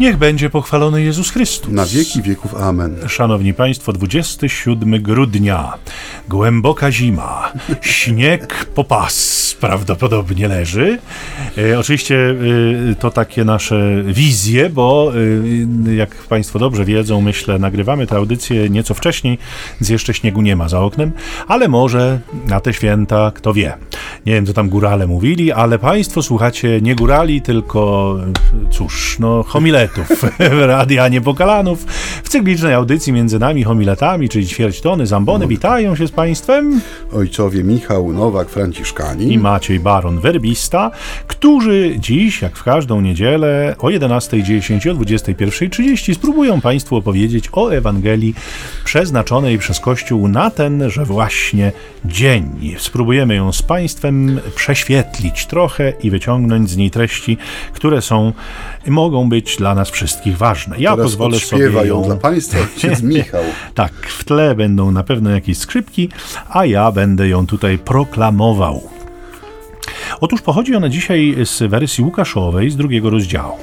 Niech będzie pochwalony Jezus Chrystus. Na wieki wieków. Amen. Szanowni Państwo, 27 grudnia, głęboka zima, śnieg po pas prawdopodobnie leży. Oczywiście to takie nasze wizje, bo jak Państwo dobrze wiedzą, myślę, nagrywamy tę audycję nieco wcześniej, więc jeszcze śniegu nie ma za oknem, ale może na te święta, kto wie. Nie wiem, co tam górale mówili, ale Państwo słuchacie nie górali, tylko cóż, homiletów Radia Niepokalanów w cyklicznej audycji między nami homiletami, czyli ćwierć tony, zambony. Witają się z Państwem ojcowie Michał Nowak, Franciszkanin i Maciej Baron, werbista, którzy dziś, jak w każdą niedzielę o 11:10 i o 21:30 spróbują Państwu opowiedzieć o Ewangelii przeznaczonej przez Kościół na tenże właśnie dzień. Spróbujemy ją z Państwem prześwietlić trochę i wyciągnąć z niej treści, które mogą być dla nas wszystkich ważne. Ja teraz pozwolę sobie ją dla Państwa ojciec Michał. Tak, w tle będą na pewno jakieś skrzypki, a ja będę ją tutaj proklamował. Otóż pochodzi ona dzisiaj z wersji Łukaszowej z 2 rozdziału.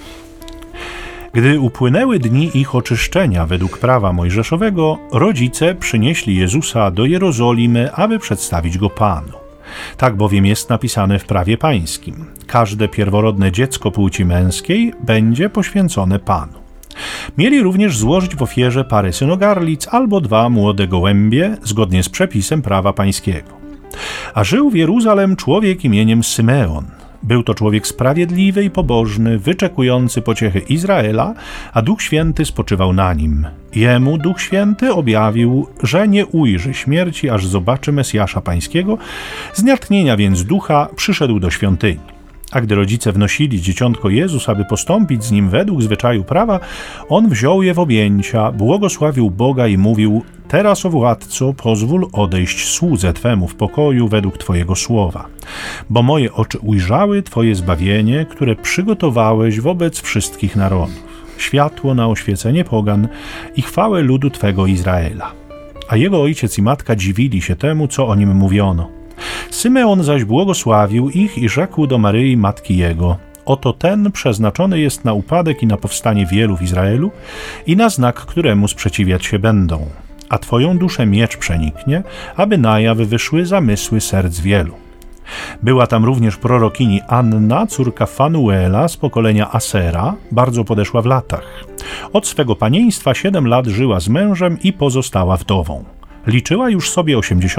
Gdy upłynęły dni ich oczyszczenia według prawa mojżeszowego, rodzice przynieśli Jezusa do Jerozolimy, aby przedstawić go Panu. Tak bowiem jest napisane w prawie pańskim. Każde pierworodne dziecko płci męskiej będzie poświęcone Panu. Mieli również złożyć w ofierze parę synogarlic albo 2 młode gołębie, zgodnie z przepisem prawa pańskiego. A żył w Jeruzalem człowiek imieniem Symeon. Był to człowiek sprawiedliwy i pobożny, wyczekujący pociechy Izraela, a Duch Święty spoczywał na nim. Jemu Duch Święty objawił, że nie ujrzy śmierci, aż zobaczy Mesjasza Pańskiego. Z natchnienia więc ducha przyszedł do świątyni. A gdy rodzice wnosili dzieciątko Jezus, aby postąpić z nim według zwyczaju prawa, on wziął je w objęcia, błogosławił Boga i mówił: Teraz, o władco, pozwól odejść słudze Twemu w pokoju według Twojego słowa. Bo moje oczy ujrzały Twoje zbawienie, które przygotowałeś wobec wszystkich narodów. Światło na oświecenie pogan i chwałę ludu Twego Izraela. A jego ojciec i matka dziwili się temu, co o nim mówiono. Symeon zaś błogosławił ich i rzekł do Maryi, matki jego: Oto ten przeznaczony jest na upadek i na powstanie wielu w Izraelu i na znak, któremu sprzeciwiać się będą. A Twoją duszę miecz przeniknie, aby na jaw wyszły zamysły serc wielu. Była tam również prorokini Anna, córka Fanuela z pokolenia Asera, bardzo podeszła w latach. Od swego panieństwa 7 lat żyła z mężem i pozostała wdową. Liczyła już sobie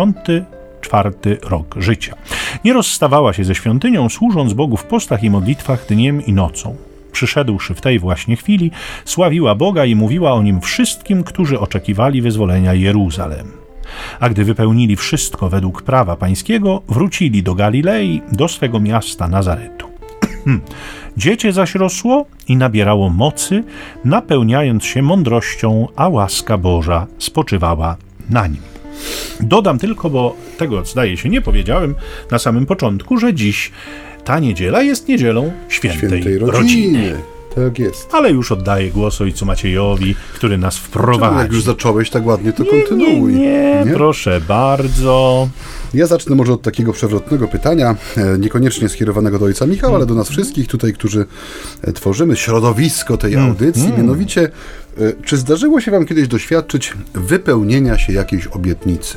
84 rok życia. Nie rozstawała się ze świątynią, służąc Bogu w postach i modlitwach dniem i nocą. Przyszedłszy w tej właśnie chwili, sławiła Boga i mówiła o nim wszystkim, którzy oczekiwali wyzwolenia Jeruzalem. A gdy wypełnili wszystko według prawa pańskiego, wrócili do Galilei, do swego miasta Nazaretu. Dziecię zaś rosło i nabierało mocy, napełniając się mądrością, a łaska Boża spoczywała na nim. Dodam tylko, bo tego zdaje się nie powiedziałem na samym początku, że dziś ta niedziela jest niedzielą świętej rodziny. Tak jest. Ale już oddaję głos ojcu Maciejowi, który nas wprowadzi. Jak już zacząłeś tak ładnie, to kontynuuj. Nie, proszę bardzo. Ja zacznę może od takiego przewrotnego pytania, niekoniecznie skierowanego do ojca Michała, ale do nas wszystkich tutaj, którzy tworzymy środowisko tej audycji. Mianowicie, czy zdarzyło się wam kiedyś doświadczyć wypełnienia się jakiejś obietnicy?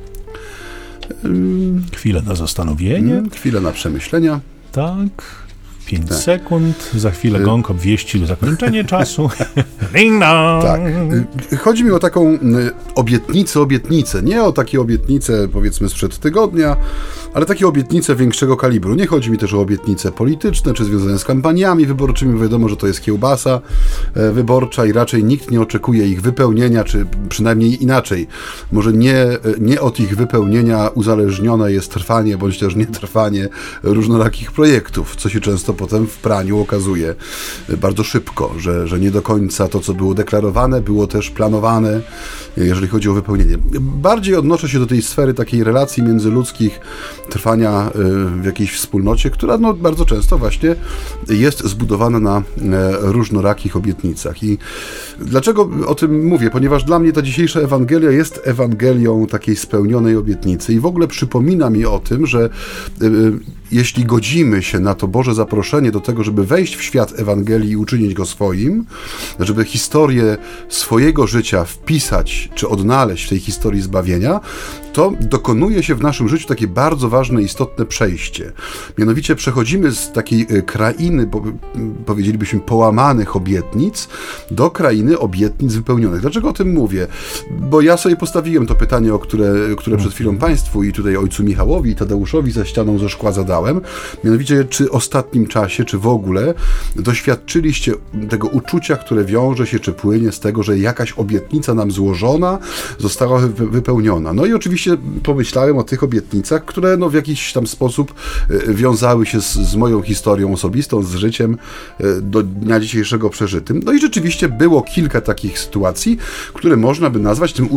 Chwilę na zastanowienie. Chwilę na przemyślenia. Tak. 5 sekund, za chwilę gong obwieścił zakończenie czasu. Ding dong! Tak. Chodzi mi o taką obietnicę. Nie o takie obietnice, powiedzmy, sprzed tygodnia, ale takie obietnice większego kalibru. Nie chodzi mi też o obietnice polityczne, czy związane z kampaniami wyborczymi. Wiadomo, że to jest kiełbasa wyborcza i raczej nikt nie oczekuje ich wypełnienia, czy przynajmniej inaczej. Może nie od ich wypełnienia uzależnione jest trwanie, bądź też nietrwanie różnorakich projektów, co się często potem w praniu okazuje bardzo szybko, że nie do końca to, co było deklarowane, było też planowane, jeżeli chodzi o wypełnienie. Bardziej odnoszę się do tej sfery takiej relacji międzyludzkich, trwania w jakiejś wspólnocie, która bardzo często właśnie jest zbudowana na różnorakich obietnicach. I dlaczego o tym mówię? Ponieważ dla mnie ta dzisiejsza Ewangelia jest Ewangelią takiej spełnionej obietnicy i w ogóle przypomina mi o tym, że jeśli godzimy się na to Boże zaproszenie do tego, żeby wejść w świat Ewangelii i uczynić go swoim, żeby historię swojego życia wpisać, czy odnaleźć w tej historii zbawienia, to dokonuje się w naszym życiu takie bardzo ważne, istotne przejście. Mianowicie przechodzimy z takiej krainy, powiedzielibyśmy, połamanych obietnic, do krainy obietnic wypełnionych. Dlaczego o tym mówię? Bo ja sobie postawiłem to pytanie, które przed chwilą Państwu i tutaj ojcu Michałowi i Tadeuszowi za ścianą ze szkła zadałem. Mianowicie, czy w ostatnim czasie, czy w ogóle doświadczyliście tego uczucia, które wiąże się, czy płynie z tego, że jakaś obietnica nam złożona została wypełniona. No i oczywiście pomyślałem o tych obietnicach, które w jakiś tam sposób wiązały się z moją historią osobistą, z życiem do dnia dzisiejszego przeżytym. No i rzeczywiście było kilka takich sytuacji, które można by nazwać tym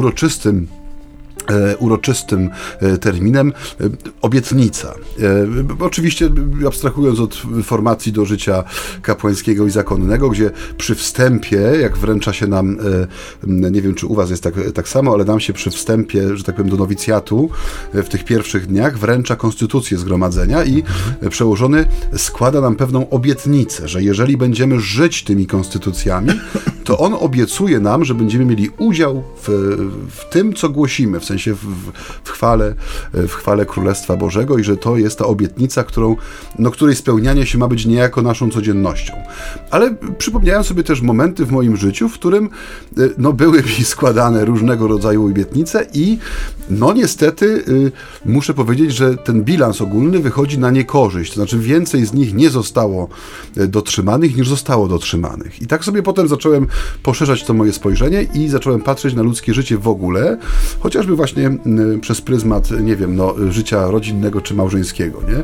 uroczystym terminem obietnica. Oczywiście abstrahując od formacji do życia kapłańskiego i zakonnego, gdzie przy wstępie, jak wręcza się nam, nie wiem czy u was jest tak samo, ale nam się przy wstępie, że tak powiem, do nowicjatu w tych pierwszych dniach wręcza konstytucję zgromadzenia i przełożony składa nam pewną obietnicę, że jeżeli będziemy żyć tymi konstytucjami, to on obiecuje nam, że będziemy mieli udział w tym, co głosimy, w sensie w chwale Królestwa Bożego i że to jest ta obietnica, której spełnianie się ma być niejako naszą codziennością. Ale przypomniałem sobie też momenty w moim życiu, w którym były mi składane różnego rodzaju obietnice i niestety muszę powiedzieć, że ten bilans ogólny wychodzi na niekorzyść, to znaczy więcej z nich nie zostało dotrzymanych niż zostało dotrzymanych. I tak sobie potem zacząłem poszerzać to moje spojrzenie i zacząłem patrzeć na ludzkie życie w ogóle, chociażby właśnie przez pryzmat, nie wiem, życia rodzinnego czy małżeńskiego, nie?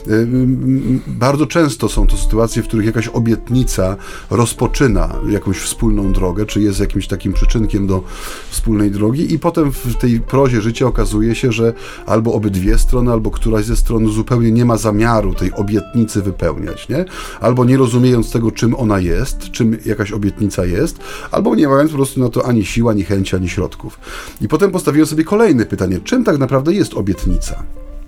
Bardzo często są to sytuacje, w których jakaś obietnica rozpoczyna jakąś wspólną drogę, czy jest jakimś takim przyczynkiem do wspólnej drogi i potem w tej prozie życia okazuje się, że albo obydwie strony, albo któraś ze stron zupełnie nie ma zamiaru tej obietnicy wypełniać, nie? Albo nie rozumiejąc tego, czym ona jest, czym jakaś obietnica jest, albo nie mając po prostu na to ani sił, ani chęci, ani środków. I potem postawiłem sobie kolejne pytanie, czym tak naprawdę jest obietnica?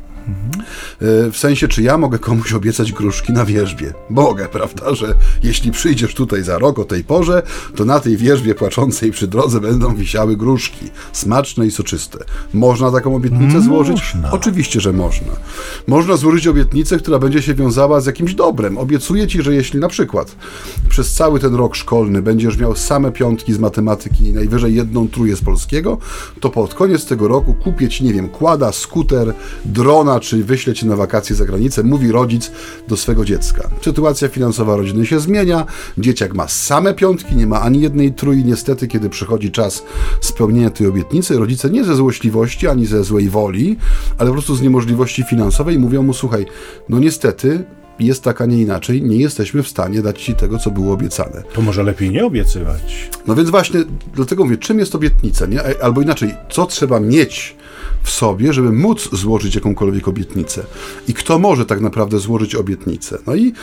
W sensie, czy ja mogę komuś obiecać gruszki na wierzbie? Mogę, prawda, że jeśli przyjdziesz tutaj za rok o tej porze, to na tej wierzbie płaczącej przy drodze będą wisiały gruszki, smaczne i soczyste. Można taką obietnicę złożyć? Oczywiście, że można. Można złożyć obietnicę, która będzie się wiązała z jakimś dobrem. Obiecuję ci, że jeśli na przykład przez cały ten rok szkolny będziesz miał same piątki z matematyki i najwyżej 1 trójkę z polskiego, to pod koniec tego roku kupię ci, nie wiem, quada, skuter, drona, czy wyślę cię na wakacje za granicę, mówi rodzic do swego dziecka. Sytuacja finansowa rodziny się zmienia, dzieciak ma same piątki, nie ma ani 1 trójki. Niestety, kiedy przychodzi czas spełnienia tej obietnicy, rodzice nie ze złośliwości, ani ze złej woli, ale po prostu z niemożliwości finansowej mówią mu, słuchaj, niestety, jest tak, a nie inaczej, nie jesteśmy w stanie dać ci tego, co było obiecane. To może lepiej nie obiecywać. Więc właśnie, dlatego mówię, czym jest obietnica, nie? Albo inaczej, co trzeba mieć w sobie, żeby móc złożyć jakąkolwiek obietnicę. I kto może tak naprawdę złożyć obietnicę? No i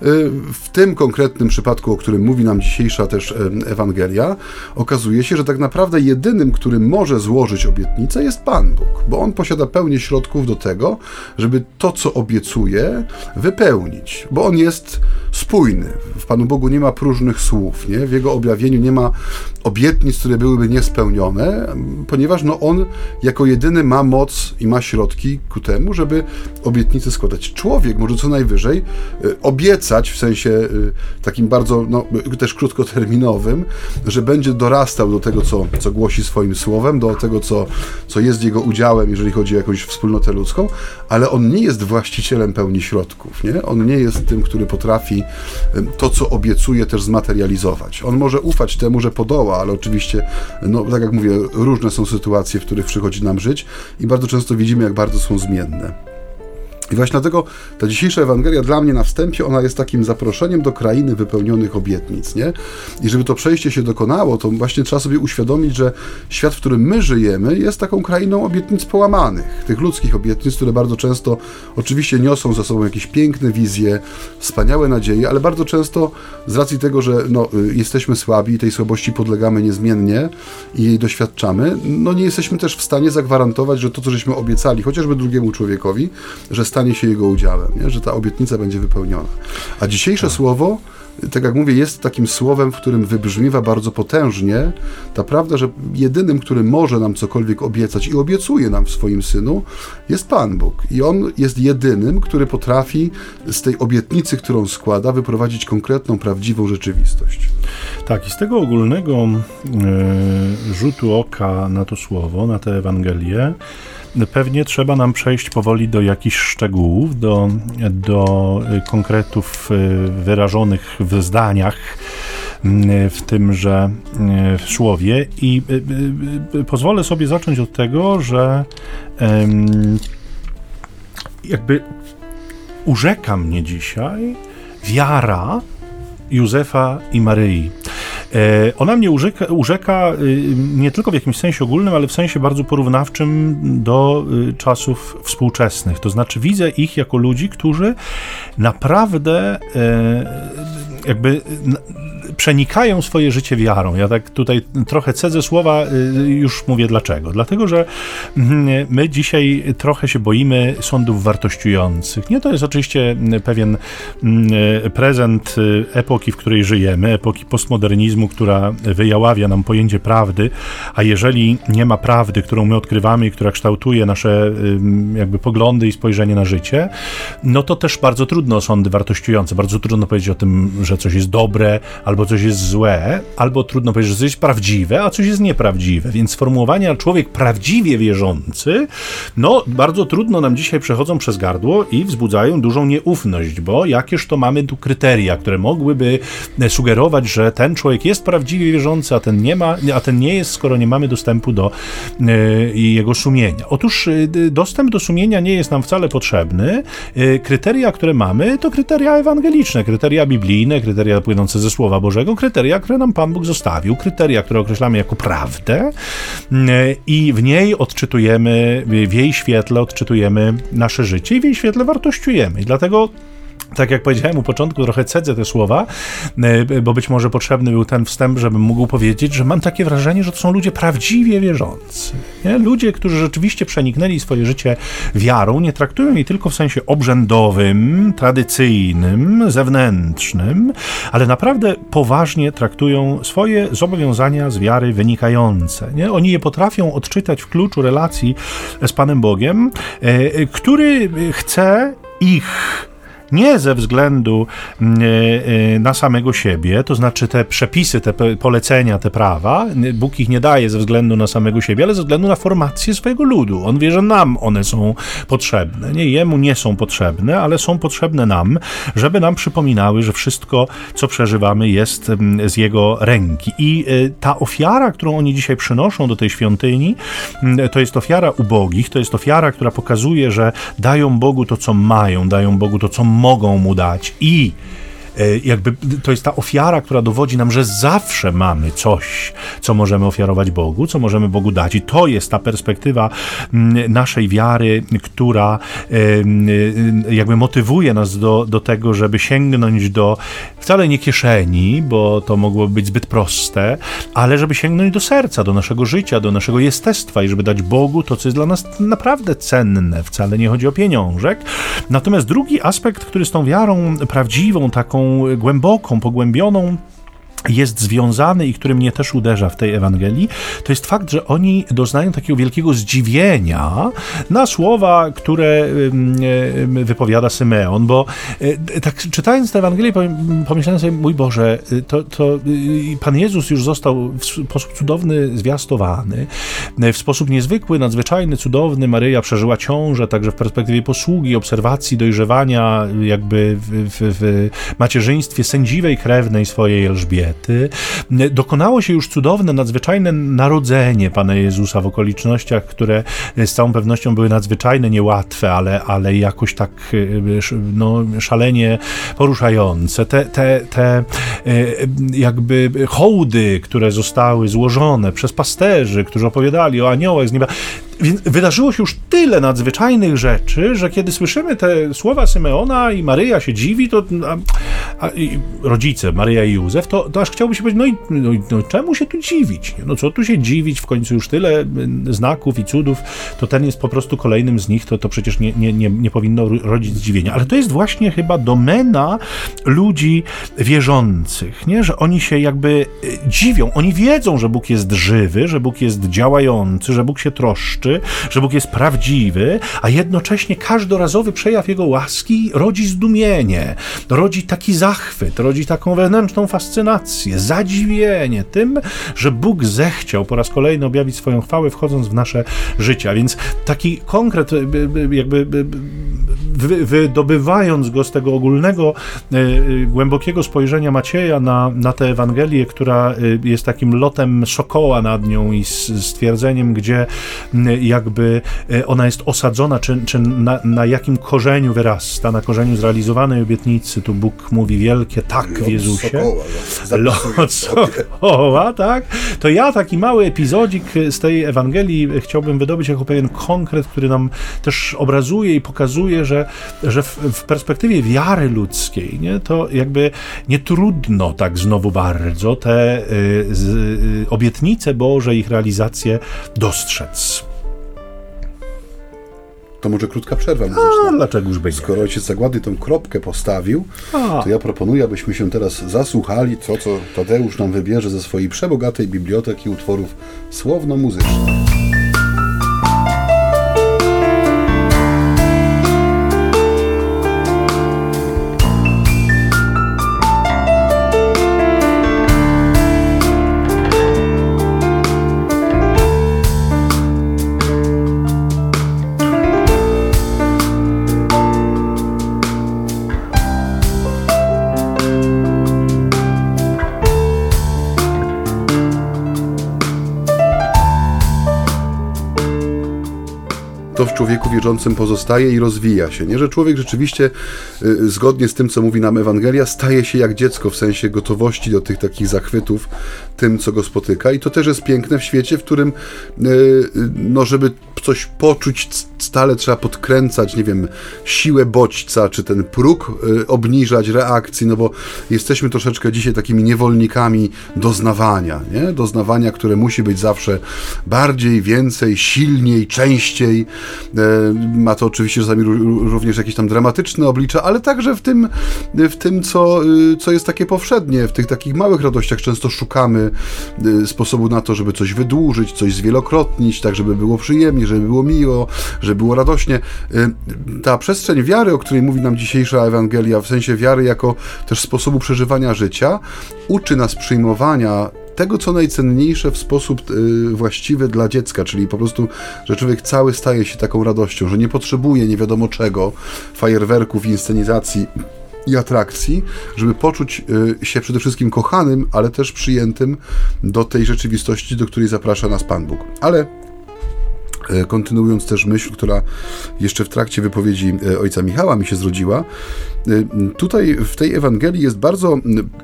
w tym konkretnym przypadku, o którym mówi nam dzisiejsza też Ewangelia, okazuje się, że tak naprawdę jedynym, który może złożyć obietnicę, jest Pan Bóg, bo On posiada pełnię środków do tego, żeby to, co obiecuje, wypełnić, bo On jest spójny. W Panu Bogu nie ma próżnych słów, nie? W Jego objawieniu nie ma obietnic, które byłyby niespełnione, ponieważ On jako jedyny ma moc i ma środki ku temu, żeby obietnice składać. Człowiek może co najwyżej obiecać, w sensie takim bardzo, też krótkoterminowym, że będzie dorastał do tego, co głosi swoim słowem, do tego, co jest jego udziałem, jeżeli chodzi o jakąś wspólnotę ludzką, ale on nie jest właścicielem pełni środków, nie? On nie jest tym, który potrafi to, co obiecuje, też zmaterializować. On może ufać temu, że podoła, ale oczywiście, tak jak mówię, różne są sytuacje, w których przychodzi nam żyć i bardzo często widzimy, jak bardzo są zmienne. I właśnie dlatego ta dzisiejsza Ewangelia dla mnie na wstępie, ona jest takim zaproszeniem do krainy wypełnionych obietnic, nie? I żeby to przejście się dokonało, to właśnie trzeba sobie uświadomić, że świat, w którym my żyjemy, jest taką krainą obietnic połamanych. Tych ludzkich obietnic, które bardzo często oczywiście niosą ze sobą jakieś piękne wizje, wspaniałe nadzieje, ale bardzo często z racji tego, że jesteśmy słabi i tej słabości podlegamy niezmiennie i jej doświadczamy, nie jesteśmy też w stanie zagwarantować, że to, co żeśmy obiecali, chociażby drugiemu człowiekowi, że stanie się jego udziałem, nie? Że ta obietnica będzie wypełniona. A dzisiejsze słowo, tak jak mówię, jest takim słowem, w którym wybrzmiewa bardzo potężnie ta prawda, że jedynym, który może nam cokolwiek obiecać i obiecuje nam w swoim Synu, jest Pan Bóg. I On jest jedynym, który potrafi z tej obietnicy, którą składa, wyprowadzić konkretną, prawdziwą rzeczywistość. Tak, i z tego ogólnego rzutu oka na to słowo, na tę Ewangelię, pewnie trzeba nam przejść powoli do jakichś szczegółów, do konkretów wyrażonych w zdaniach w tymże słowie i pozwolę sobie zacząć od tego, że jakby urzeka mnie dzisiaj wiara Józefa i Maryi. Ona mnie urzeka nie tylko w jakimś sensie ogólnym, ale w sensie bardzo porównawczym do czasów współczesnych. To znaczy widzę ich jako ludzi, którzy naprawdę jakby przenikają swoje życie wiarą. Ja tak tutaj trochę cedzę słowa, już mówię dlaczego. Dlatego, że my dzisiaj trochę się boimy sądów wartościujących. Nie, to jest oczywiście pewien prezent epoki, w której żyjemy, epoki postmodernizmu, która wyjaławia nam pojęcie prawdy, a jeżeli nie ma prawdy, którą my odkrywamy i która kształtuje nasze jakby poglądy i spojrzenie na życie, no to też bardzo trudno o sądy wartościujące. Bardzo trudno powiedzieć o tym, że coś jest dobre, albo coś jest złe, albo trudno powiedzieć, że coś jest prawdziwe, a coś jest nieprawdziwe. Więc sformułowania człowiek prawdziwie wierzący, no bardzo trudno nam dzisiaj przechodzą przez gardło i wzbudzają dużą nieufność, bo jakież to mamy tu kryteria, które mogłyby sugerować, że ten człowiek jest prawdziwie wierzący, a ten nie jest, skoro nie mamy dostępu do jego sumienia. Otóż dostęp do sumienia nie jest nam wcale potrzebny. Kryteria, które mamy, to kryteria ewangeliczne, kryteria biblijne, kryteria płynące ze Słowa Bożego, kryteria, które nam Pan Bóg zostawił, kryteria, które określamy jako prawdę i w niej odczytujemy, w jej świetle odczytujemy nasze życie i w jej świetle wartościujemy. I dlatego, tak jak powiedziałem u początku, trochę cedzę te słowa, bo być może potrzebny był ten wstęp, żebym mógł powiedzieć, że mam takie wrażenie, że to są ludzie prawdziwie wierzący. Nie? Ludzie, którzy rzeczywiście przeniknęli swoje życie wiarą, nie traktują jej tylko w sensie obrzędowym, tradycyjnym, zewnętrznym, ale naprawdę poważnie traktują swoje zobowiązania z wiary wynikające. Nie? Oni je potrafią odczytać w kluczu relacji z Panem Bogiem, który chce ich nie ze względu na samego siebie, to znaczy te przepisy, te polecenia, te prawa, Bóg ich nie daje ze względu na samego siebie, ale ze względu na formację swojego ludu. On wie, że nam one są potrzebne. Nie, jemu nie są potrzebne, ale są potrzebne nam, żeby nam przypominały, że wszystko, co przeżywamy, jest z jego ręki. I ta ofiara, którą oni dzisiaj przynoszą do tej świątyni, to jest ofiara ubogich, to jest ofiara, która pokazuje, że dają Bogu to, co mają, dają Bogu to, co mogą mu dać i jakby to jest ta ofiara, która dowodzi nam, że zawsze mamy coś, co możemy ofiarować Bogu, co możemy Bogu dać i to jest ta perspektywa naszej wiary, która jakby motywuje nas do tego, żeby sięgnąć do wcale nie kieszeni, bo to mogłoby być zbyt proste, ale żeby sięgnąć do serca, do naszego życia, do naszego jestestwa i żeby dać Bogu to, co jest dla nas naprawdę cenne. Wcale nie chodzi o pieniążek. Natomiast drugi aspekt, który z tą wiarą prawdziwą, taką głęboką, pogłębioną jest związany i który mnie też uderza w tej Ewangelii, to jest fakt, że oni doznają takiego wielkiego zdziwienia na słowa, które wypowiada Symeon, bo tak czytając tę Ewangelię pomyślałem sobie, mój Boże, to Pan Jezus już został w sposób cudowny zwiastowany, w sposób niezwykły, nadzwyczajny, cudowny. Maryja przeżyła ciążę, także w perspektywie posługi, obserwacji, dojrzewania jakby w macierzyństwie sędziwej krewnej swojej Elżbiety. Dokonało się już cudowne, nadzwyczajne narodzenie Pana Jezusa w okolicznościach, które z całą pewnością były nadzwyczajne, niełatwe, ale jakoś tak szalenie poruszające. Te jakby hołdy, które zostały złożone przez pasterzy, którzy opowiadali o aniołach z nieba, Więc wydarzyło się już tyle nadzwyczajnych rzeczy, że kiedy słyszymy te słowa Symeona i Maryja się dziwi, to i rodzice, Maryja i Józef, to aż chciałoby się powiedzieć, no czemu się tu dziwić? No co tu się dziwić, w końcu już tyle znaków i cudów, to ten jest po prostu kolejnym z nich, to przecież nie powinno rodzić zdziwienia. Ale to jest właśnie chyba domena ludzi wierzących, nie? Że oni się jakby dziwią, oni wiedzą, że Bóg jest żywy, że Bóg jest działający, że Bóg się troszczy, że Bóg jest prawdziwy, a jednocześnie każdorazowy przejaw Jego łaski rodzi zdumienie, rodzi taki zachwyt, rodzi taką wewnętrzną fascynację, zadziwienie tym, że Bóg zechciał po raz kolejny objawić swoją chwałę, wchodząc w nasze życie. A więc taki konkret, jakby wydobywając go z tego ogólnego, głębokiego spojrzenia Macieja na tę Ewangelię, która jest takim lotem sokoła nad nią i stwierdzeniem, gdzie jakby ona jest osadzona, czy na jakim korzeniu wyrasta, na korzeniu zrealizowanej obietnicy. Tu Bóg mówi wielkie tak w Jezusie. Lot sokoła, tak? To ja taki mały epizodzik z tej Ewangelii chciałbym wydobyć jako pewien konkret, który nam też obrazuje i pokazuje, że w perspektywie wiary ludzkiej, nie, to jakby nie trudno tak znowu bardzo te obietnice Boże, ich realizację dostrzec. To może krótka przerwa muzyczna. Dlaczegoż by nie? Skoro ojciec Zagłady tą kropkę postawił, to ja proponuję, abyśmy się teraz zasłuchali to, co Tadeusz nam wybierze ze swojej przebogatej biblioteki utworów słowno-muzycznych. To w człowieku wierzącym pozostaje i rozwija się, nie? Że człowiek rzeczywiście, zgodnie z tym, co mówi nam Ewangelia, staje się jak dziecko, w sensie gotowości do tych takich zachwytów tym, co go spotyka. I to też jest piękne w świecie, w którym, żeby coś poczuć, stale trzeba podkręcać, nie wiem, siłę bodźca, czy ten próg obniżać reakcji, no bo jesteśmy troszeczkę dzisiaj takimi niewolnikami doznawania, nie? Doznawania, które musi być zawsze bardziej, więcej, silniej, częściej. Ma to oczywiście czasami również jakieś tam dramatyczne oblicza, ale także w tym co jest takie powszednie, w tych takich małych radościach często szukamy sposobu na to, żeby coś wydłużyć, coś zwielokrotnić, tak żeby było przyjemnie, żeby było miło, żeby było radośnie. Ta przestrzeń wiary, o której mówi nam dzisiejsza Ewangelia, w sensie wiary jako też sposobu przeżywania życia, uczy nas przyjmowania tego, co najcenniejsze w sposób właściwy dla dziecka, czyli po prostu, że człowiek cały staje się taką radością, że nie potrzebuje nie wiadomo czego, fajerwerków, inscenizacji i atrakcji, żeby poczuć się przede wszystkim kochanym, ale też przyjętym do tej rzeczywistości, do której zaprasza nas Pan Bóg. Ale kontynuując też myśl, która jeszcze w trakcie wypowiedzi ojca Michała mi się zrodziła, tutaj w tej Ewangelii jest bardzo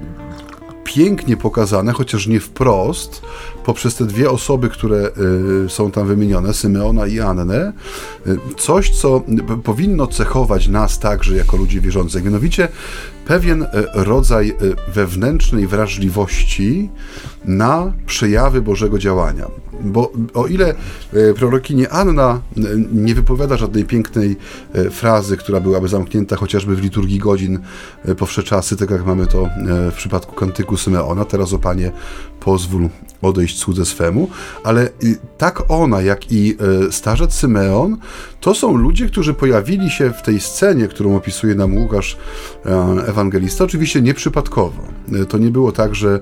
pięknie pokazane, chociaż nie wprost, poprzez te dwie osoby, które są tam wymienione, Symeona i Annę, coś, co powinno cechować nas także jako ludzi wierzących, mianowicie pewien rodzaj wewnętrznej wrażliwości na przejawy Bożego działania. Bo o ile prorokini Anna nie wypowiada żadnej pięknej frazy, która byłaby zamknięta chociażby w liturgii godzin po wsze czasy, tak jak mamy to w przypadku kantyku Symeona, teraz o Panie pozwól odejść cudze swemu, ale tak ona, jak i starzec Symeon, to są ludzie, którzy pojawili się w tej scenie, którą opisuje nam Łukasz Ewangelista, oczywiście nieprzypadkowo. To nie było tak, że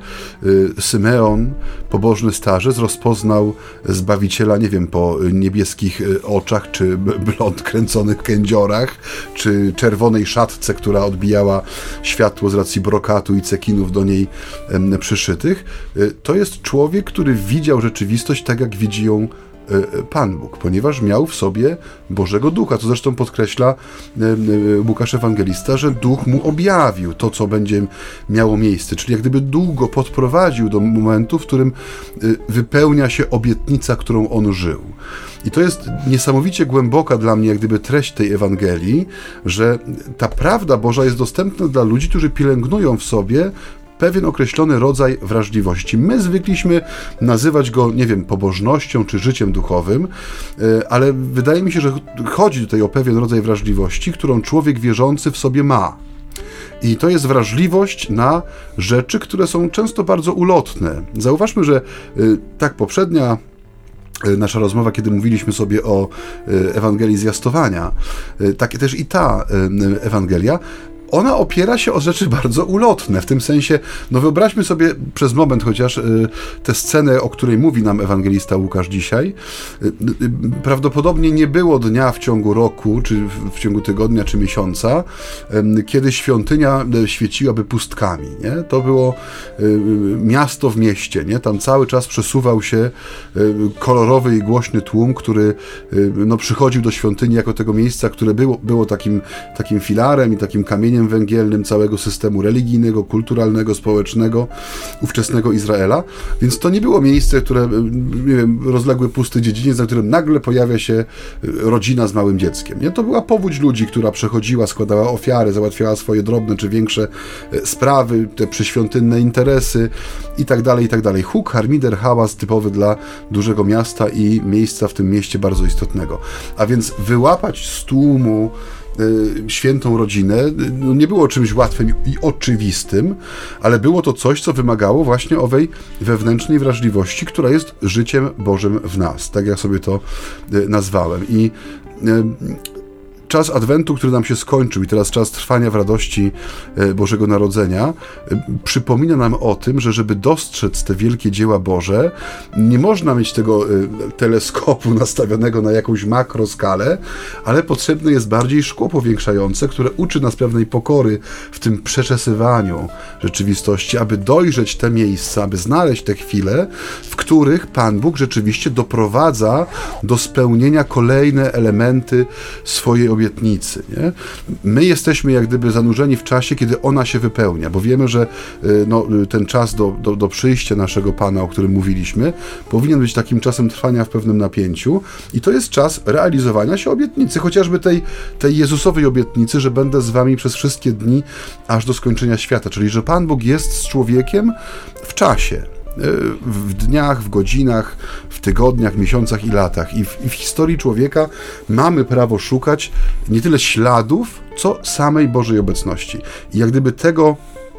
Symeon, pobożny starzec, rozpoznał Zbawiciela, nie wiem, po niebieskich oczach, czy blond kręconych kędziorach, czy czerwonej szatce, która odbijała światło z racji brokatu i cekinów do niej przyszytych. To jest człowiek, który widział rzeczywistość tak, jak widzi ją Pan Bóg, ponieważ miał w sobie Bożego Ducha, co zresztą podkreśla Łukasz Ewangelista, że Duch mu objawił to, co będzie miało miejsce, czyli jak gdyby Duch go podprowadził do momentu, w którym wypełnia się obietnica, którą on żył. I to jest niesamowicie głęboka dla mnie jak gdyby treść tej Ewangelii, że ta prawda Boża jest dostępna dla ludzi, którzy pielęgnują w sobie pewien określony rodzaj wrażliwości. My zwykliśmy nazywać go, nie wiem, pobożnością czy życiem duchowym, ale wydaje mi się, że chodzi tutaj o pewien rodzaj wrażliwości, którą człowiek wierzący w sobie ma. I to jest wrażliwość na rzeczy, które są często bardzo ulotne. Zauważmy, że tak poprzednia nasza rozmowa, kiedy mówiliśmy sobie o Ewangelii Zwiastowania, tak też i ta Ewangelia, ona opiera się o rzeczy bardzo ulotne, w tym sensie, no wyobraźmy sobie przez moment chociaż tę scenę, o której mówi nam ewangelista Łukasz dzisiaj. Prawdopodobnie nie było dnia w ciągu roku, czy w ciągu tygodnia, czy miesiąca, kiedy świątynia świeciłaby pustkami, nie? To było miasto w mieście, nie? Tam cały czas przesuwał się kolorowy i głośny tłum, który no, przychodził do świątyni jako tego miejsca, które było takim filarem i takim kamieniem węgielnym całego systemu religijnego, kulturalnego, społecznego ówczesnego Izraela. Więc to nie było miejsce, które, nie wiem, rozległy pusty dziedziniec, na którym nagle pojawia się rodzina z małym dzieckiem. Nie? To była powódź ludzi, która przechodziła, składała ofiary, załatwiała swoje drobne czy większe sprawy, te przyświątynne interesy i tak dalej, i tak dalej. Huk, harmider, hałas typowy dla dużego miasta i miejsca w tym mieście bardzo istotnego. A więc wyłapać z tłumu świętą rodzinę no nie było czymś łatwym i oczywistym, ale było to coś, co wymagało właśnie owej wewnętrznej wrażliwości, która jest życiem Bożym w nas, tak jak sobie to nazwałem. I czas Adwentu, który nam się skończył i teraz czas trwania w radości Bożego Narodzenia, przypomina nam o tym, że żeby dostrzec te wielkie dzieła Boże, nie można mieć tego teleskopu nastawionego na jakąś makroskalę, ale potrzebne jest bardziej szkło powiększające, które uczy nas pewnej pokory w tym przeczesywaniu rzeczywistości, aby dojrzeć te miejsca, aby znaleźć te chwile, w których Pan Bóg rzeczywiście doprowadza do spełnienia kolejne elementy swojej obietnicy. Nie? My jesteśmy jak gdyby zanurzeni w czasie, kiedy ona się wypełnia, bo wiemy, że no, ten czas do przyjścia naszego Pana, o którym mówiliśmy, powinien być takim czasem trwania w pewnym napięciu i to jest czas realizowania się obietnicy, chociażby tej Jezusowej obietnicy, że będę z wami przez wszystkie dni, aż do skończenia świata, czyli że Pan Bóg jest z człowiekiem w czasie. W dniach, w godzinach, w tygodniach, miesiącach i latach. I w historii człowieka mamy prawo szukać nie tyle śladów, co samej Bożej obecności. I jak gdyby tego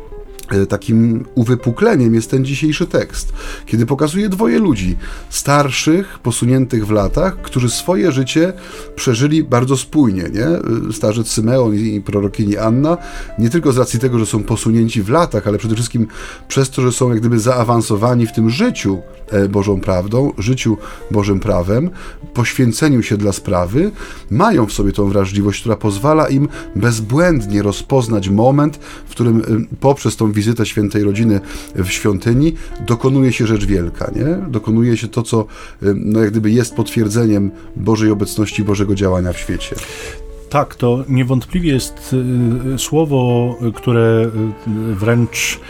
takim uwypukleniem jest ten dzisiejszy tekst, kiedy pokazuje dwoje ludzi, starszych, posuniętych w latach, którzy swoje życie przeżyli bardzo spójnie, nie? Starzec Symeon i prorokini Anna, nie tylko z racji tego, że są posunięci w latach, ale przede wszystkim przez to, że są jak gdyby zaawansowani w tym życiu Bożą prawdą, życiu Bożym prawem, poświęceniu się dla sprawy, mają w sobie tą wrażliwość, która pozwala im bezbłędnie rozpoznać moment, w którym poprzez tą wizytę świętej rodziny w świątyni dokonuje się rzecz wielka, nie? Dokonuje się to, co no jak gdyby jest potwierdzeniem Bożej obecności, Bożego działania w świecie. Tak, to niewątpliwie jest słowo, które wręcz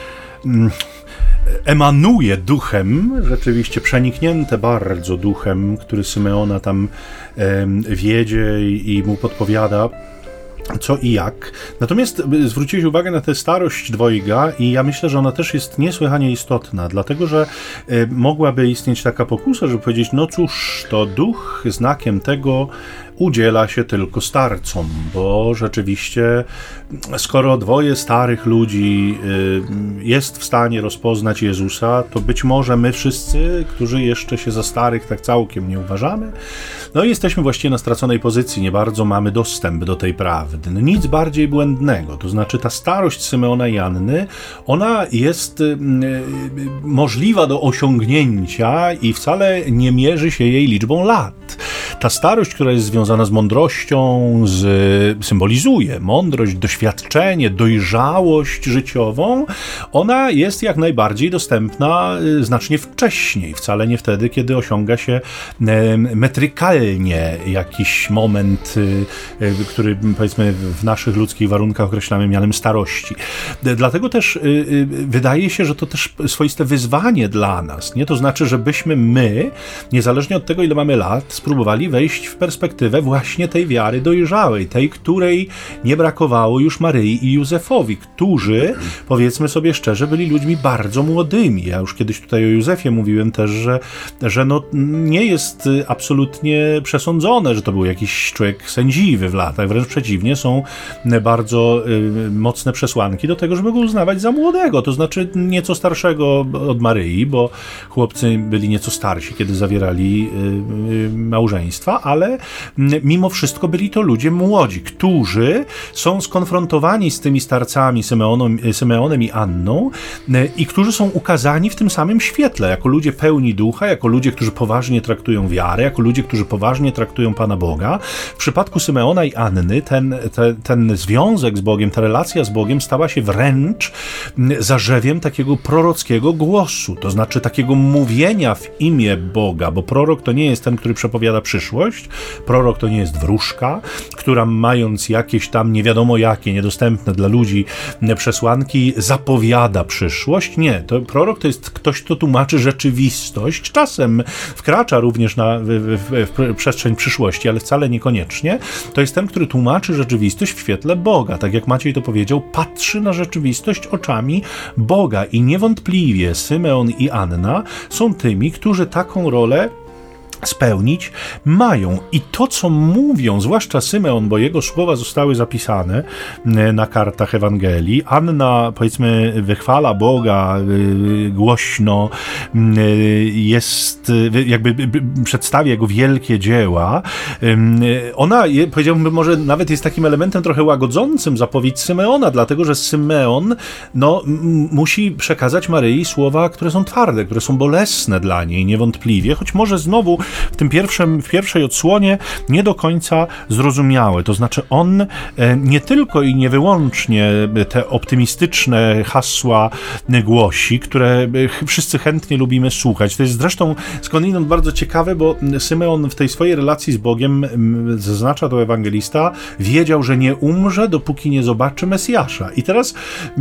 emanuje duchem, rzeczywiście przeniknięte bardzo duchem, który Symeona tam wiedzie i mu podpowiada, co i jak. Natomiast zwróciłeś uwagę na tę starość dwojga i ja myślę, że ona też jest niesłychanie istotna, dlatego, że mogłaby istnieć taka pokusa, żeby powiedzieć, no cóż, to duch znakiem tego udziela się tylko starcom, bo rzeczywiście skoro dwoje starych ludzi jest w stanie rozpoznać Jezusa, to być może my wszyscy, którzy jeszcze się za starych tak całkiem nie uważamy, no i jesteśmy właściwie na straconej pozycji, nie bardzo mamy dostęp do tej prawdy. No nic bardziej błędnego, to znaczy ta starość Symeona i Anny, ona jest możliwa do osiągnięcia i wcale nie mierzy się jej liczbą lat. ta starość, która jest związana z mądrością, symbolizuje mądrość, doświadczenie, dojrzałość życiową, ona jest jak najbardziej dostępna znacznie wcześniej, wcale nie wtedy, kiedy osiąga się metrykalnie jakiś moment, który powiedzmy w naszych ludzkich warunkach określamy mianem starości. Dlatego też wydaje się, że to też swoiste wyzwanie dla nas, nie? To znaczy, żebyśmy my, niezależnie od tego, ile mamy lat, spróbowali wejść w perspektywę właśnie tej wiary dojrzałej, tej, której nie brakowało już Maryi i Józefowi, którzy, powiedzmy sobie szczerze, byli ludźmi bardzo młodymi. Ja już kiedyś tutaj o Józefie mówiłem też, że no nie jest absolutnie przesądzone, że to był jakiś człowiek sędziwy w latach, wręcz przeciwnie, są bardzo mocne przesłanki do tego, żeby go uznawać za młodego, to znaczy nieco starszego od Maryi, bo chłopcy byli nieco starsi, kiedy zawierali małżeństwa, ale mimo wszystko byli to ludzie młodzi, którzy są skonfrontowani z tymi starcami Symeonem i Anną i którzy są ukazani w tym samym świetle, jako ludzie pełni ducha, jako ludzie, którzy poważnie traktują wiarę, jako ludzie, którzy poważnie traktują Pana Boga. W przypadku Symeona i Anny ten związek z Bogiem, ta relacja z Bogiem stała się wręcz zarzewiem takiego prorockiego głosu, to znaczy takiego mówienia w imię Boga, bo prorok to nie jest ten, który przepowiada przyszłość, prorok to nie jest wróżka, która mając jakieś tam nie wiadomo jakie, niedostępne dla ludzi przesłanki, zapowiada przyszłość. Nie, to prorok to jest ktoś, kto tłumaczy rzeczywistość, czasem wkracza również w przestrzeń przyszłości, ale wcale niekoniecznie. To jest ten, który tłumaczy rzeczywistość w świetle Boga. Tak jak Maciej to powiedział, patrzy na rzeczywistość oczami Boga i niewątpliwie Symeon i Anna są tymi, którzy taką rolę spełnić mają. I to, co mówią, zwłaszcza Symeon, bo jego słowa zostały zapisane na kartach Ewangelii, Anna, powiedzmy, wychwala Boga głośno, jest, jakby przedstawia jego wielkie dzieła. Ona, powiedziałbym, może nawet jest takim elementem trochę łagodzącym zapowiedź Symeona, dlatego, że Symeon musi przekazać Maryi słowa, które są twarde, które są bolesne dla niej, niewątpliwie, choć może znowu w pierwszej odsłonie nie do końca zrozumiałe. To znaczy on nie tylko i nie wyłącznie te optymistyczne hasła głosi, które wszyscy chętnie lubimy słuchać. To jest zresztą skądinąd bardzo ciekawe, bo Symeon w tej swojej relacji z Bogiem, zaznacza to ewangelista, wiedział, że nie umrze, dopóki nie zobaczy Mesjasza. I teraz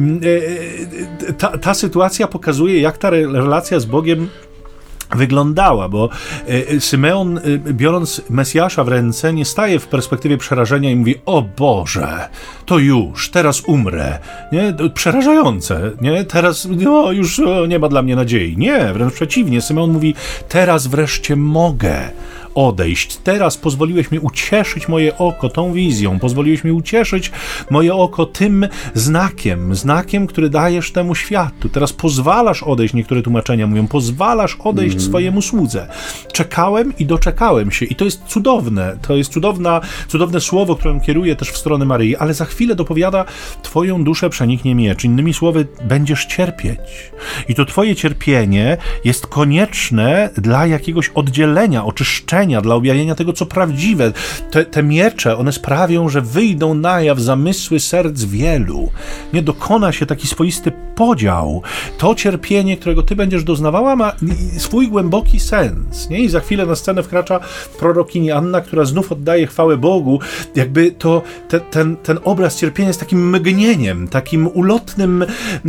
ta sytuacja pokazuje, jak ta relacja z Bogiem wyglądała, bo Symeon, biorąc Mesjasza w ręce, nie staje w perspektywie przerażenia i mówi: o Boże, to już, teraz umrę. Nie? Przerażające, nie? Teraz już nie ma dla mnie nadziei. Nie, wręcz przeciwnie. Symeon mówi: teraz wreszcie mogę odejść. Teraz pozwoliłeś mi ucieszyć moje oko tą wizją, pozwoliłeś mi ucieszyć moje oko tym znakiem, który dajesz temu światu. Teraz pozwalasz odejść, niektóre tłumaczenia mówią, pozwalasz odejść swojemu słudze. Czekałem i doczekałem się. I to jest cudowne. To jest cudowne słowo, które kieruje też w stronę Maryi, ale za chwilę dopowiada: twoją duszę przeniknie miecz. Innymi słowy, będziesz cierpieć. I to twoje cierpienie jest konieczne dla jakiegoś oddzielenia, oczyszczenia, dla objawienia tego, co prawdziwe. Te miecze, one sprawią, że wyjdą na jaw zamysły serc wielu. Nie dokona się taki swoisty podział. To cierpienie, którego ty będziesz doznawała, ma swój głęboki sens. Nie? I za chwilę na scenę wkracza prorokini Anna, która znów oddaje chwałę Bogu. Jakby to ten obraz cierpienia jest takim mgnieniem, takim ulotnym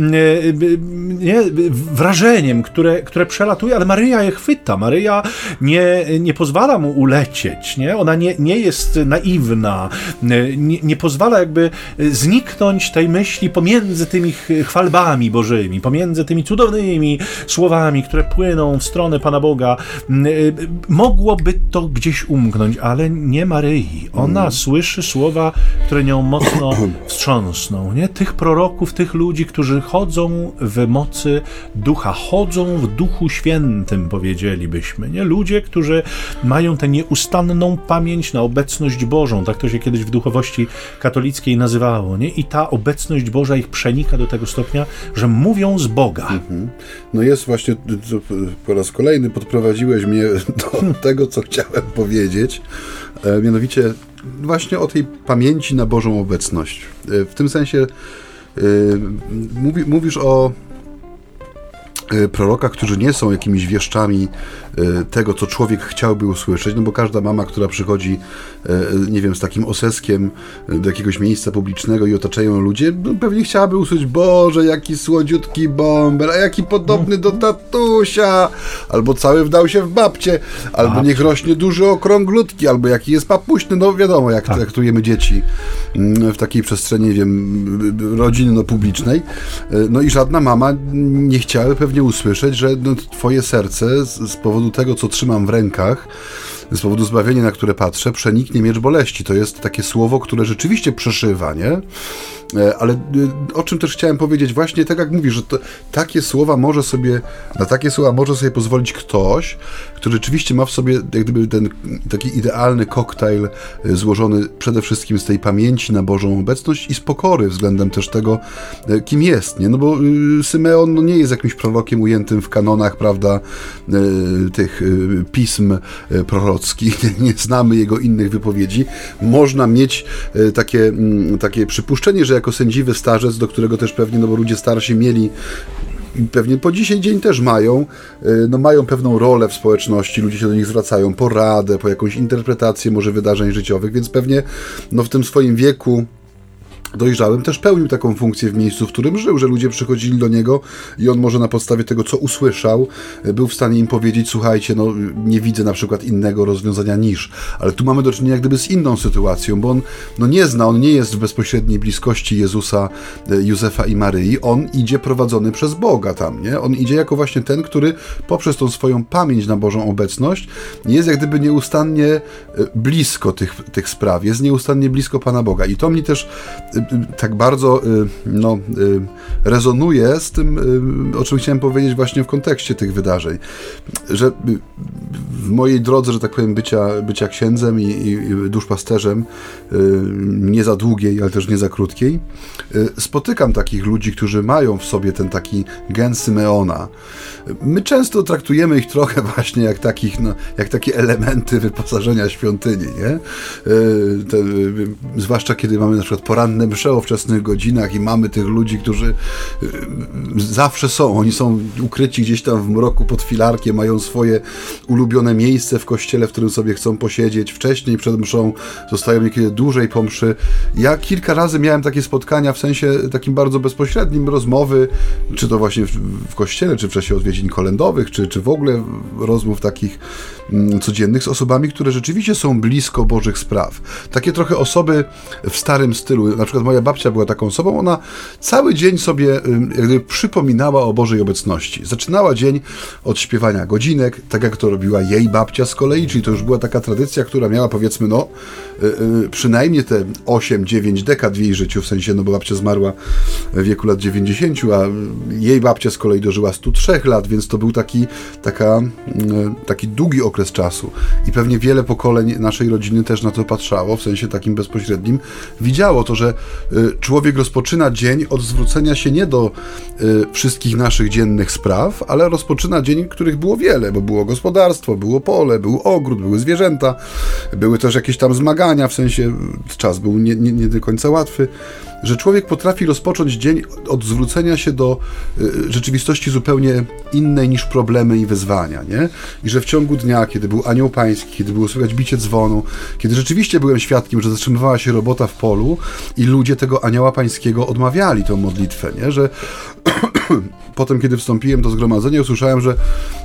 wrażeniem, które przelatuje, ale Maryja je chwyta. Maryja nie pozwala mu ulecieć, nie? Ona nie jest naiwna, nie pozwala jakby zniknąć tej myśli pomiędzy tymi chwalbami bożymi, pomiędzy tymi cudownymi słowami, które płyną w stronę Pana Boga. Mogłoby to gdzieś umknąć, ale nie Maryi. Ona słyszy słowa, które nią mocno wstrząsną, nie? Tych proroków, tych ludzi, którzy chodzą w mocy ducha, chodzą w Duchu Świętym, powiedzielibyśmy, nie? Ludzie, którzy mają tę nieustanną pamięć na obecność Bożą. Tak to się kiedyś w duchowości katolickiej nazywało, nie? I ta obecność Boża ich przenika do tego stopnia, że mówią z Boga. No jest właśnie, po raz kolejny podprowadziłeś mnie do tego, co chciałem powiedzieć, mianowicie właśnie o tej pamięci na Bożą obecność. W tym sensie mówisz o prorokach, którzy nie są jakimiś wieszczami tego, co człowiek chciałby usłyszeć, no bo każda mama, która przychodzi, nie wiem, z takim oseskiem do jakiegoś miejsca publicznego i otaczają ludzie, no pewnie chciałaby usłyszeć: Boże, jaki słodziutki bąbel, a jaki podobny do tatusia, albo cały wdał się w babcię, albo niech rośnie duży, okrąglutki, albo jaki jest papuśny, no wiadomo, jak traktujemy dzieci w takiej przestrzeni, nie wiem, rodzinno-publicznej. No i żadna mama nie chciałaby pewnie usłyszeć, że no, twoje serce z powodu tego, co trzymam w rękach, z powodu zbawienia, na które patrzę, przeniknie miecz boleści. To jest takie słowo, które rzeczywiście przeszywa, nie? Ale o czym też chciałem powiedzieć, właśnie tak jak mówisz, że na takie słowa może sobie pozwolić ktoś, kto rzeczywiście ma w sobie jak gdyby ten taki idealny koktajl złożony przede wszystkim z tej pamięci na Bożą obecność i z pokory względem też tego, kim jest, nie? No bo Symeon nie jest jakimś prorokiem ujętym w kanonach, prawda, tych pism prorockich, nie znamy jego innych wypowiedzi. Można mieć takie przypuszczenie, że jako sędziwy starzec, do którego też pewnie, no bo ludzie starsi mieli i pewnie po dzisiaj dzień też mają pewną rolę w społeczności, ludzie się do nich zwracają po radę, po jakąś interpretację może wydarzeń życiowych, więc pewnie w tym swoim wieku dojrzałym też pełnił taką funkcję w miejscu, w którym żył, że ludzie przychodzili do niego i on może na podstawie tego, co usłyszał, był w stanie im powiedzieć: słuchajcie, no nie widzę na przykład innego rozwiązania niż. Ale tu mamy do czynienia jak gdyby z inną sytuacją, bo on on nie jest w bezpośredniej bliskości Jezusa, Józefa i Maryi, on idzie prowadzony przez Boga tam, nie? On idzie jako właśnie ten, który poprzez tą swoją pamięć na Bożą obecność jest jak gdyby nieustannie blisko tych spraw, jest nieustannie blisko Pana Boga. I to mnie też tak bardzo rezonuje z tym, o czym chciałem powiedzieć właśnie w kontekście tych wydarzeń, że w mojej drodze, że tak powiem, bycia księdzem i duszpasterzem, nie za długiej, ale też nie za krótkiej, spotykam takich ludzi, którzy mają w sobie ten taki gen Symeona. My często traktujemy ich trochę właśnie jak takie elementy wyposażenia świątyni, nie? Zwłaszcza kiedy mamy na przykład poranne msze o wczesnych godzinach i mamy tych ludzi, którzy zawsze są. Oni są ukryci gdzieś tam w mroku pod filarkiem, mają swoje ulubione miejsce w kościele, w którym sobie chcą posiedzieć. Wcześniej przed mszą zostają niekiedy dłużej po mszy. Ja kilka razy miałem takie spotkania w sensie takim bardzo bezpośrednim rozmowy, czy to właśnie w kościele, czy w czasie odwiedzin kolędowych, czy w ogóle rozmów takich codziennych z osobami, które rzeczywiście są blisko Bożych spraw. Takie trochę osoby w starym stylu. Na przykład moja babcia była taką osobą, ona cały dzień sobie jakby przypominała o Bożej obecności. Zaczynała dzień od śpiewania godzinek, tak jak to robiła jej babcia z kolei, czyli to już była taka tradycja, która miała, powiedzmy, przynajmniej te 8-9 dekad w jej życiu, w sensie, bo babcia zmarła w wieku lat 90, a jej babcia z kolei dożyła 103 lat, więc to był taki długi okres czasu i pewnie wiele pokoleń naszej rodziny też na to patrzało, w sensie takim bezpośrednim. Widziało to, że człowiek rozpoczyna dzień od zwrócenia się nie do wszystkich naszych dziennych spraw, ale rozpoczyna dzień, których było wiele, bo było gospodarstwo, było pole, był ogród, były zwierzęta, były też jakieś tam zmagania, w sensie czas był nie do końca łatwy, że człowiek potrafi rozpocząć dzień od zwrócenia się do rzeczywistości zupełnie innej niż problemy i wyzwania, nie? I że w ciągu dnia, kiedy był anioł pański, kiedy było słychać bicie dzwonu, kiedy rzeczywiście byłem świadkiem, że zatrzymywała się robota w polu i ludzie tego anioła pańskiego odmawiali tą modlitwę, nie? Że potem, kiedy wstąpiłem do zgromadzenia, usłyszałem, że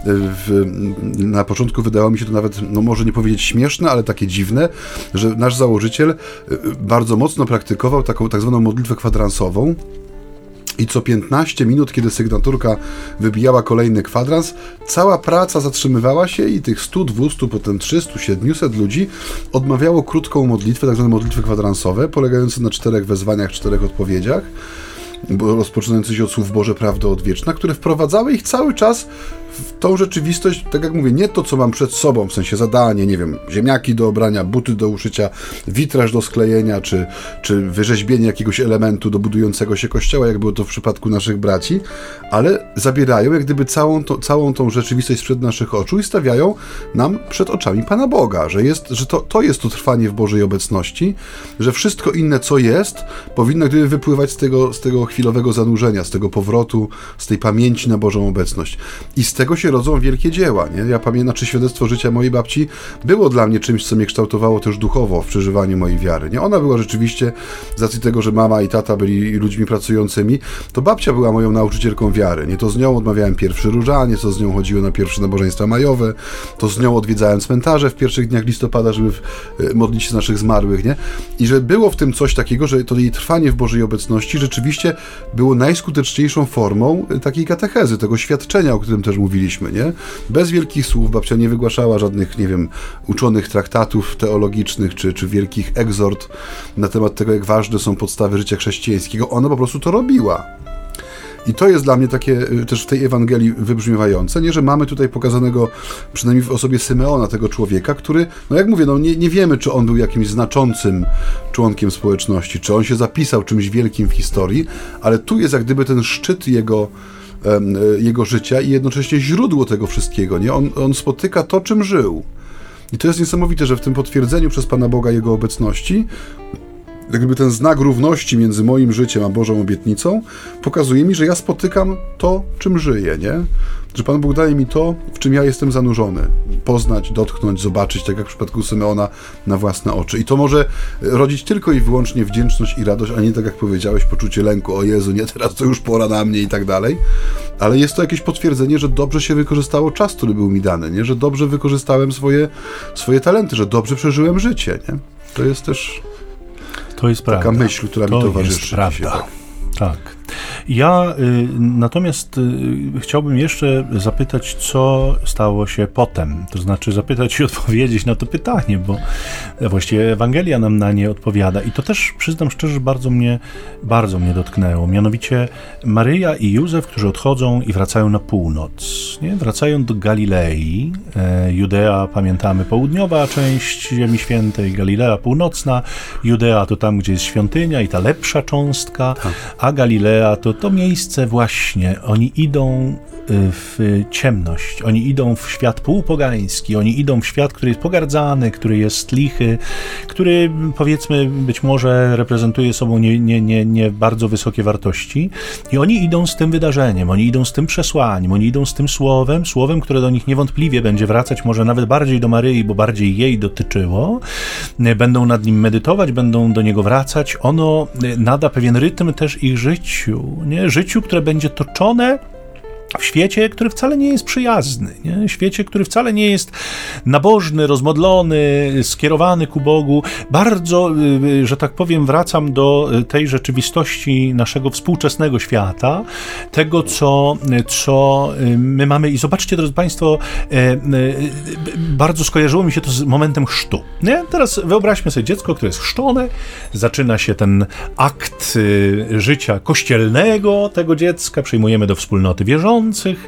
na początku wydało mi się to nawet, może nie powiedzieć śmieszne, ale takie dziwne, że nasz założyciel bardzo mocno praktykował taką tak zwaną modlitwę kwadransową i co 15 minut, kiedy sygnaturka wybijała kolejny kwadrans, cała praca zatrzymywała się i tych 100, 200, potem 300, 700 ludzi odmawiało krótką modlitwę, tak zwane modlitwy kwadransowe, polegające na 4 wezwaniach, 4 odpowiedziach. rozpoczynający się od słów Boże prawda odwieczna, które wprowadzały ich cały czas w tą rzeczywistość, tak jak mówię, nie to, co mam przed sobą, w sensie zadanie, nie wiem, ziemniaki do obrania, buty do uszycia, witraż do sklejenia, czy wyrzeźbienie jakiegoś elementu do budującego się kościoła, jak było to w przypadku naszych braci, ale zabierają jak gdyby całą tą rzeczywistość sprzed naszych oczu i stawiają nam przed oczami Pana Boga, że to jest to trwanie w Bożej obecności, że wszystko inne, co jest, powinno gdyby wypływać z tego chwilowego zanurzenia, z tego powrotu, z tej pamięci na Bożą obecność. I z tego się rodzą wielkie dzieła, nie? Ja pamiętam, świadectwo życia mojej babci było dla mnie czymś, co mnie kształtowało też duchowo w przeżywaniu mojej wiary, nie? Ona była rzeczywiście, z racji tego, że mama i tata byli ludźmi pracującymi, to babcia była moją nauczycielką wiary, nie? To z nią odmawiałem pierwszy różaniec, to z nią chodziłem na pierwsze nabożeństwa majowe, to z nią odwiedzałem cmentarze w pierwszych dniach listopada, żeby modlić się z naszych zmarłych, nie? I że było w tym coś takiego, że to jej trwanie w Bożej obecności rzeczywiście było najskuteczniejszą formą takiej katechezy, tego świadczenia, o którym też mówiliśmy, nie? Bez wielkich słów babcia nie wygłaszała żadnych, nie wiem, uczonych traktatów teologicznych, czy wielkich egzort na temat tego, jak ważne są podstawy życia chrześcijańskiego. Ona po prostu to robiła. I to jest dla mnie takie też w tej Ewangelii wybrzmiewające, nie, że mamy tutaj pokazanego, przynajmniej w osobie Symeona, tego człowieka, który, no jak mówię, no nie wiemy, czy on był jakimś znaczącym członkiem społeczności, czy on się zapisał czymś wielkim w historii, ale tu jest jak gdyby ten szczyt jego życia i jednocześnie źródło tego wszystkiego, nie? On spotyka to, czym żył. I to jest niesamowite, że w tym potwierdzeniu przez Pana Boga Jego obecności, jak gdyby ten znak równości między moim życiem a Bożą obietnicą pokazuje mi, że ja spotykam to, czym żyję, nie? Że Pan Bóg daje mi to, w czym ja jestem zanurzony. Poznać, dotknąć, zobaczyć, tak jak w przypadku Symeona, na własne oczy. I to może rodzić tylko i wyłącznie wdzięczność i radość, a nie, tak jak powiedziałeś, poczucie lęku, o Jezu, nie, teraz to już pora na mnie i tak dalej. Ale jest to jakieś potwierdzenie, że dobrze się wykorzystało czas, który był mi dany, nie? Że dobrze wykorzystałem swoje talenty, że dobrze przeżyłem życie, nie? To jest też... To jest taka prawda. myśl, która mi towarzyszy. To jest prawda. Tak. Ja natomiast chciałbym jeszcze zapytać, co stało się potem. To znaczy zapytać i odpowiedzieć na to pytanie, bo właściwie Ewangelia nam na nie odpowiada. I to też, przyznam szczerze, bardzo mnie dotknęło. Mianowicie Maryja i Józef, którzy odchodzą i wracają na północ. Nie? Wracają do Galilei. Judea, pamiętamy, południowa część Ziemi Świętej, Galilea północna. Judea to tam, gdzie jest świątynia i ta lepsza cząstka, a Galilea to miejsce właśnie, oni idą w ciemność, oni idą w świat półpogański, oni idą w świat, który jest pogardzany, który jest lichy, który, powiedzmy, być może reprezentuje sobą nie bardzo wysokie wartości i oni idą z tym wydarzeniem, oni idą z tym przesłaniem, oni idą z tym słowem, które do nich niewątpliwie będzie wracać, może nawet bardziej do Maryi, bo bardziej jej dotyczyło, będą nad nim medytować, będą do niego wracać, ono nada pewien rytm też ich życiu, nie? Życiu, które będzie toczone w świecie, który wcale nie jest przyjazny, nie? Świecie, który wcale nie jest nabożny, rozmodlony, skierowany ku Bogu. Bardzo, że tak powiem, wracam do tej rzeczywistości naszego współczesnego świata, tego, co my mamy. I zobaczcie, drodzy Państwo, bardzo skojarzyło mi się to z momentem chrztu. Nie? Teraz wyobraźmy sobie dziecko, które jest chrzczone, zaczyna się ten akt życia kościelnego tego dziecka, przyjmujemy do wspólnoty wierzących.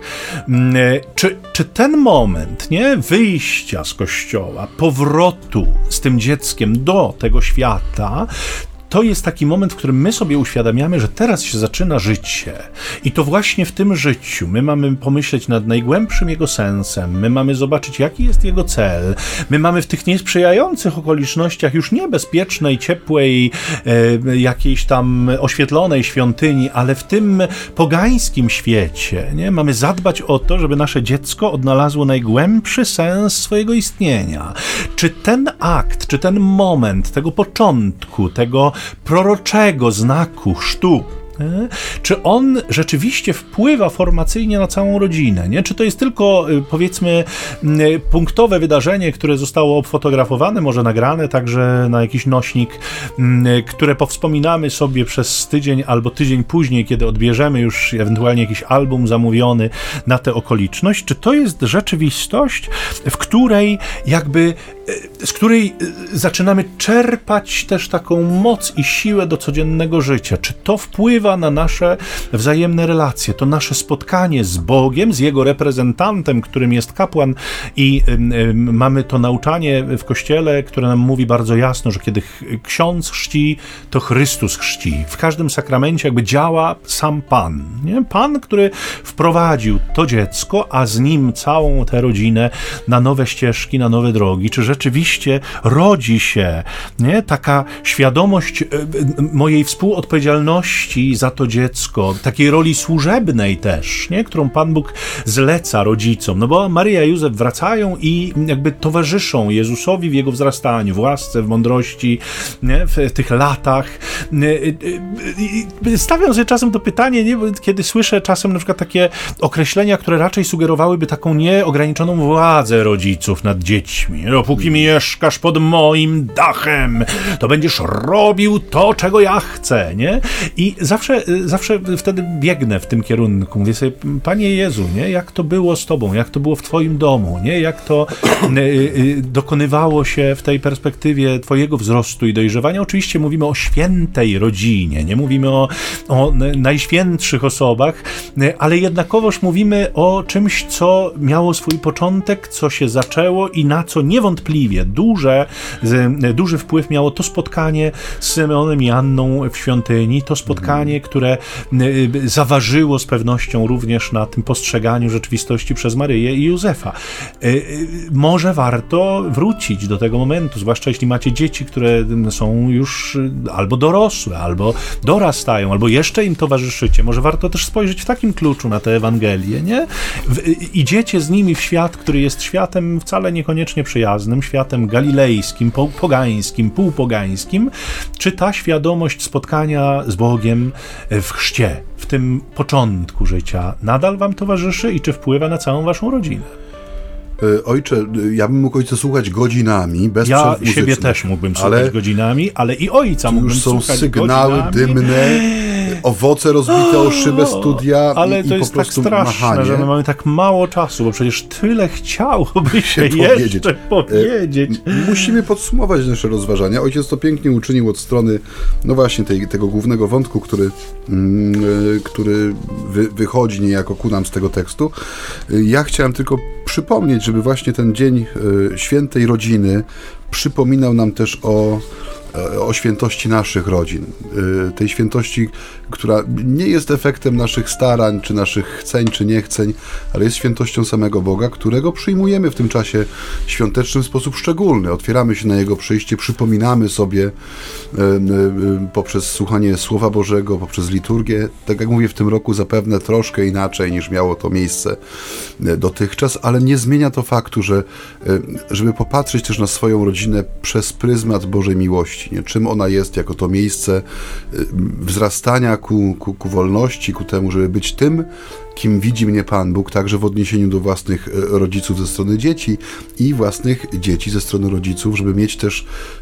Czy ten moment, nie, wyjścia z kościoła, powrotu z tym dzieckiem do tego świata, to jest taki moment, w którym my sobie uświadamiamy, że teraz się zaczyna życie. I to właśnie w tym życiu my mamy pomyśleć nad najgłębszym jego sensem, my mamy zobaczyć, jaki jest jego cel, my mamy w tych niesprzyjających okolicznościach już niebezpiecznej, ciepłej, jakiejś tam oświetlonej świątyni, ale w tym pogańskim świecie, nie, mamy zadbać o to, żeby nasze dziecko odnalazło najgłębszy sens swojego istnienia. Czy ten akt, czy ten moment tego początku, tego proroczego znaku chrztu, czy on rzeczywiście wpływa formacyjnie na całą rodzinę, nie? Czy to jest tylko, powiedzmy, punktowe wydarzenie, które zostało obfotografowane, może nagrane także na jakiś nośnik, które powspominamy sobie przez tydzień albo tydzień później, kiedy odbierzemy już ewentualnie jakiś album zamówiony na tę okoliczność? Czy to jest rzeczywistość, w której jakby z której zaczynamy czerpać też taką moc i siłę do codziennego życia. Czy to wpływa na nasze wzajemne relacje, to nasze spotkanie z Bogiem, z Jego reprezentantem, którym jest kapłan, i mamy to nauczanie w Kościele, które nam mówi bardzo jasno, że kiedy ksiądz chrzci, to Chrystus chrzci. W każdym sakramencie jakby działa sam Pan. Nie? Pan, który wprowadził to dziecko, a z nim całą tę rodzinę na nowe ścieżki, na nowe drogi. Czy rzeczywiście rodzi się, nie, taka świadomość mojej współodpowiedzialności za to dziecko, takiej roli służebnej też, nie, którą Pan Bóg zleca rodzicom, no bo Maryja i Józef wracają i jakby towarzyszą Jezusowi w Jego wzrastaniu, w łasce, w mądrości, nie, w tych latach. Stawiam sobie czasem to pytanie, nie, kiedy słyszę czasem na przykład takie określenia, które raczej sugerowałyby taką nieograniczoną władzę rodziców nad dziećmi. Dopóki mieszkasz pod moim dachem, to będziesz robił to, czego ja chcę, nie? I zawsze wtedy biegnę w tym kierunku. Mówię sobie, Panie Jezu, nie? Jak to było z Tobą? Jak to było w Twoim domu? Nie? Jak to dokonywało się w tej perspektywie Twojego wzrostu i dojrzewania? Oczywiście mówimy o świętej rodzinie, nie mówimy o najświętszych osobach, ale jednakowoż mówimy o czymś, co miało swój początek, co się zaczęło i na co niewątpliwie duży wpływ miało to spotkanie z Symeonem i Anną w świątyni, to spotkanie, które zaważyło z pewnością również na tym postrzeganiu rzeczywistości przez Maryję i Józefa. Może warto wrócić do tego momentu, zwłaszcza jeśli macie dzieci, które są już albo dorosłe, albo dorastają, albo jeszcze im towarzyszycie. Może warto też spojrzeć w takim kluczu na tę Ewangelię, nie? Idziecie z nimi w świat, który jest światem wcale niekoniecznie przyjaznym, światem galilejskim, pogańskim, półpogańskim. Czy ta świadomość spotkania z Bogiem w chrzcie, w tym początku życia, nadal wam towarzyszy i czy wpływa na całą waszą rodzinę? Ojcze, ja bym mógł ojca słuchać godzinami, bez przerw muzycznych. Ja siebie też mógłbym słuchać godzinami, ale i ojca mógłbym słuchać godzinami. Już są sygnały dymne, owoce rozbite o szybę studia, ale i to po jest prostu tak straszne, machanie. że my mamy tak mało czasu, bo przecież tyle chciałoby się jeszcze powiedzieć. Musimy podsumować nasze rozważania. Ojciec to pięknie uczynił od strony, no właśnie, tego głównego wątku, który wychodzi niejako ku nam z tego tekstu. Ja chciałem tylko przypomnieć, żeby właśnie ten dzień świętej rodziny przypominał nam też o świętości naszych rodzin. Tej świętości, która nie jest efektem naszych starań, czy naszych chceń, czy niechceń, ale jest świętością samego Boga, którego przyjmujemy w tym czasie świątecznym w sposób szczególny. Otwieramy się na Jego przyjście, przypominamy sobie poprzez słuchanie Słowa Bożego, poprzez liturgię. Tak jak mówię, w tym roku zapewne troszkę inaczej niż miało to miejsce dotychczas, ale nie zmienia to faktu, że żeby popatrzeć też na swoją rodzinę przez pryzmat Bożej miłości. Nie? Czym ona jest jako to miejsce wzrastania ku wolności, ku temu, żeby być tym, kim widzi mnie Pan Bóg, także w odniesieniu do własnych rodziców ze strony dzieci i własnych dzieci ze strony rodziców, żeby mieć też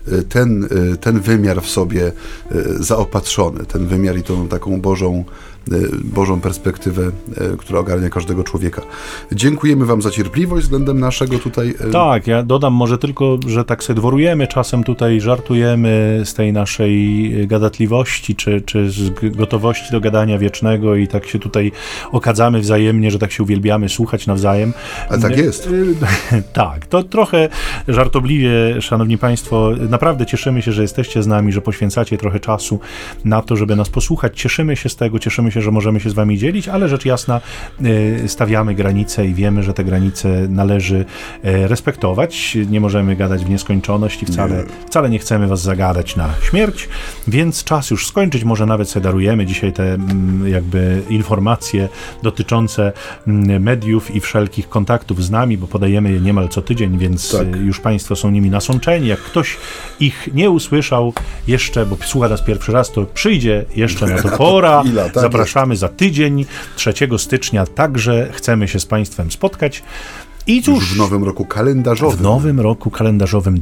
ten wymiar w sobie zaopatrzony, ten wymiar i tą taką Bożą perspektywę, która ogarnia każdego człowieka. Dziękujemy Wam za cierpliwość względem naszego tutaj... Tak, ja dodam może tylko, że tak sobie dworujemy, czasem tutaj żartujemy z tej naszej gadatliwości, czy z gotowości do gadania wiecznego i tak się tutaj okadzamy wzajemnie, że tak się uwielbiamy słuchać nawzajem. A tak jest. Tak, to trochę żartobliwie, szanowni Państwo, naprawdę cieszymy się, że jesteście z nami, że poświęcacie trochę czasu na to, żeby nas posłuchać. Cieszymy się z tego, cieszymy się, że możemy się z Wami dzielić, ale rzecz jasna stawiamy granice i wiemy, że te granice należy respektować. Nie możemy gadać w nieskończoność i wcale nie chcemy Was zagadać na śmierć, więc czas już skończyć. Może nawet sobie darujemy dzisiaj te jakby informacje dotyczące mediów i wszelkich kontaktów z nami, bo podajemy je niemal co tydzień, więc tak. Już Państwo są nimi nasączeni. Jak ktoś ich nie usłyszał jeszcze, bo słucha nas pierwszy raz, to przyjdzie jeszcze na to pora. Zapraszamy za tydzień, 3 stycznia, także chcemy się z Państwem spotkać. I cóż, już w nowym roku kalendarzowym. W nowym roku kalendarzowym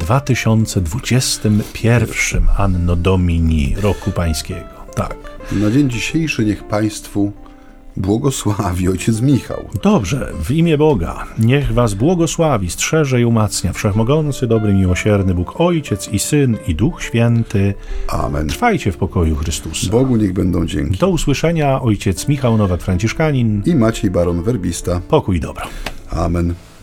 2021 Anno Domini, roku pańskiego. Tak. Na dzień dzisiejszy niech Państwu błogosławi ojciec Michał. Dobrze, w imię Boga, niech was błogosławi, strzeże i umacnia Wszechmogący, dobry, miłosierny Bóg, Ojciec i Syn i Duch Święty. Amen. Trwajcie w pokoju Chrystusa. Bogu niech będą dzięki. Do usłyszenia, ojciec Michał Nowak-Franciszkanin I Maciej Baron Werbista. Pokój i dobro. Amen.